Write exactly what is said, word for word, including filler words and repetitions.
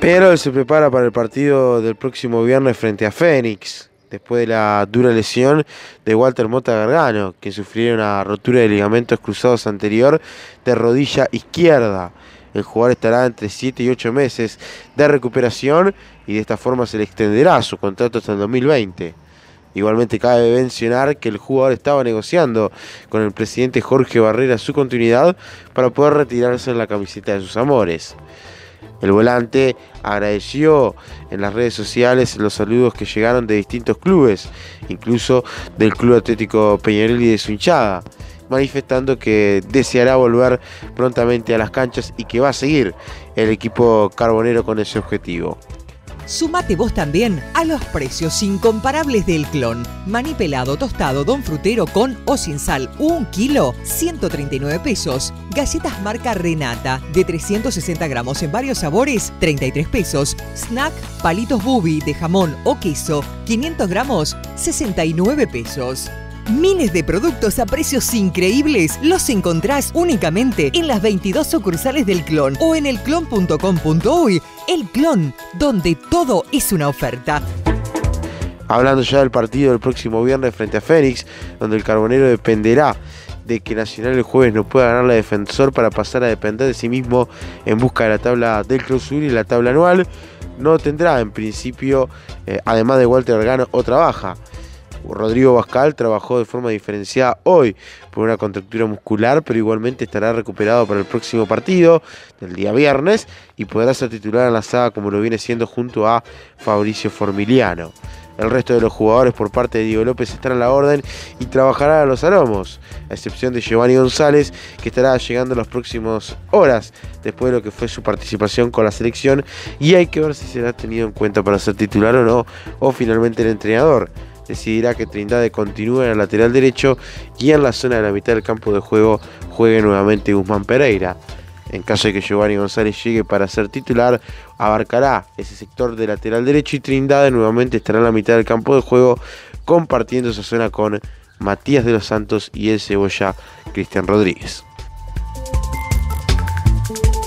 Peñarol se prepara para el partido del próximo viernes frente a Fénix, después de la dura lesión de Walter Mota Gargano, que sufrió una rotura de ligamentos cruzados anterior de rodilla izquierda. El jugador estará entre siete y ocho meses de recuperación y de esta forma se le extenderá su contrato hasta el dos mil veinte. Igualmente cabe mencionar que el jugador estaba negociando con el presidente Jorge Barrera su continuidad para poder retirarse en la camiseta de sus amores. El volante agradeció en las redes sociales los saludos que llegaron de distintos clubes, incluso del Club Atlético Peñarol y de su hinchada, manifestando que deseará volver prontamente a las canchas y que va a seguir el equipo carbonero con ese objetivo. Sumate vos también a los precios incomparables del Clon. Maní pelado tostado Don Frutero con o sin sal, un kilo, ciento treinta y nueve pesos. Galletas marca Renata de trescientos sesenta gramos en varios sabores, treinta y tres pesos. Snack palitos Bubi de jamón o queso, quinientos gramos, sesenta y nueve pesos. Miles de productos a precios increíbles los encontrás únicamente en las veintidós sucursales del Clon o en el clon punto com punto uy. El Clon, donde todo es una oferta. Hablando ya del partido del próximo viernes frente a Fénix, donde el carbonero dependerá de que Nacional el jueves no pueda ganar la Defensor para pasar a depender de sí mismo en busca de la tabla del clausura y la tabla anual, no tendrá en principio, eh, además de Walter Gargano, otra baja. Rodrigo Bascal trabajó de forma diferenciada hoy por una contractura muscular, pero igualmente estará recuperado para el próximo partido del día viernes y podrá ser titular en la saga como lo viene siendo junto a Fabricio Formiliano. El resto de los jugadores por parte de Diego López estarán a la orden y trabajarán a los aromos, a excepción de Giovanni González, que estará llegando en las próximas horas después de lo que fue su participación con la selección, y hay que ver si será tenido en cuenta para ser titular o no, o finalmente el entrenador decidirá que Trindade continúe en el lateral derecho y en la zona de la mitad del campo de juego juegue nuevamente Guzmán Pereira. En caso de que Giovanni González llegue para ser titular, abarcará ese sector de lateral derecho y Trindade nuevamente estará en la mitad del campo de juego compartiendo esa zona con Matías de los Santos y el cebolla Cristian Rodríguez.